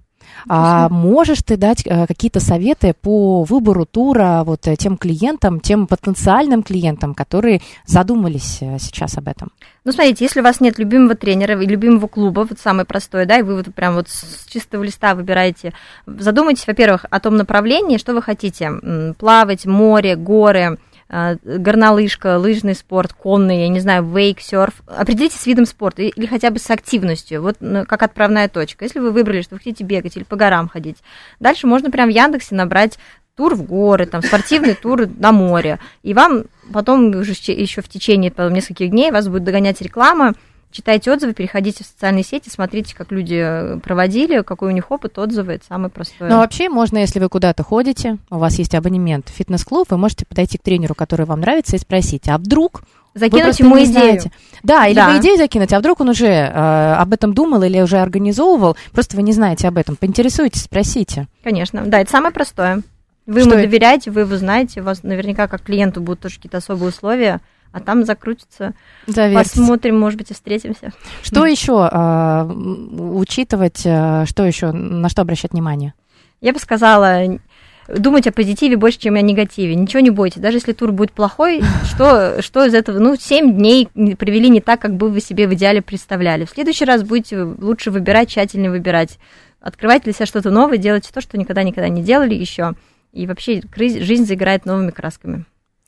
А можешь ты дать а, какие-то советы по выбору тура вот тем клиентам, тем потенциальным клиентам, которые задумались сейчас об этом? Ну, смотрите, если у вас нет любимого тренера и любимого клуба, вот самое простое, да, и вы вот прям вот с чистого листа выбираете, задумайтесь, во-первых, о том направлении, что вы хотите. Плавать, море, горы, горнолыжка, лыжный спорт, конный, я не знаю, вейк, серф. Определитесь с видом спорта или хотя бы с активностью, вот как отправная точка. Если вы выбрали, что вы хотите бегать или по горам ходить, дальше можно прям в Яндексе набрать тур в горы, там, спортивный тур на море, и вам потом уже еще в течение потом, нескольких дней вас будет догонять реклама. Читайте отзывы, переходите в социальные сети, смотрите, как люди проводили, какой у них опыт, отзывы, это самое простое. Ну, вообще, можно, если вы куда-то ходите, у вас есть абонемент в фитнес-клуб, вы можете подойти к тренеру, который вам нравится, и спросить, а вдруг... Закинуть ему идею. Знаете. Да, или да. вы идею закинуть, а вдруг он уже э, об этом думал или уже организовывал, просто вы не знаете об этом. Поинтересуйтесь, спросите. Конечно, да, это самое простое. Вы Что ему это? доверяете, вы его знаете, у вас наверняка как клиенту будут тоже какие-то особые условия, а там закрутится. Завертится. Посмотрим, может быть, и встретимся. Что еще э, учитывать, э, что еще, на что обращать внимание? Я бы сказала, думать о позитиве больше, чем о негативе. Ничего не бойтесь. Даже если тур будет плохой, что, что из этого? Ну, семь дней провели не так, как бы вы себе в идеале представляли. В следующий раз будете лучше выбирать, тщательнее выбирать. Открывайте для себя что-то новое, делайте то, что никогда-никогда не делали еще. И вообще жизнь заиграет новыми красками.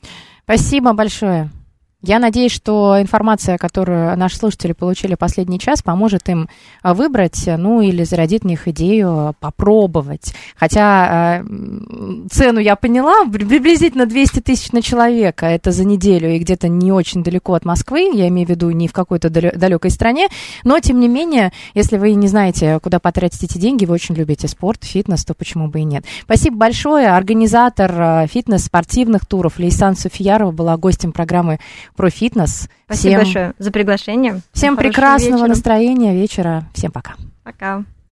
Спасибо большое. Я надеюсь, что информация, которую наши слушатели получили последний час, поможет им выбрать, ну, или зародит в них идею попробовать. Хотя э, цену я поняла, приблизительно двести тысяч на человека, это за неделю, и где-то не очень далеко от Москвы, я имею в виду не в какой-то далекой стране, но, тем не менее, если вы не знаете, куда потратить эти деньги, вы очень любите спорт, фитнес, то почему бы и нет. Спасибо большое. Организатор фитнес-спортивных туров Лейсан Суфиярова была гостем программы про фитнес. Спасибо всем, большое за приглашение. Всем прекрасного вечера. настроения вечера. Всем пока. Пока.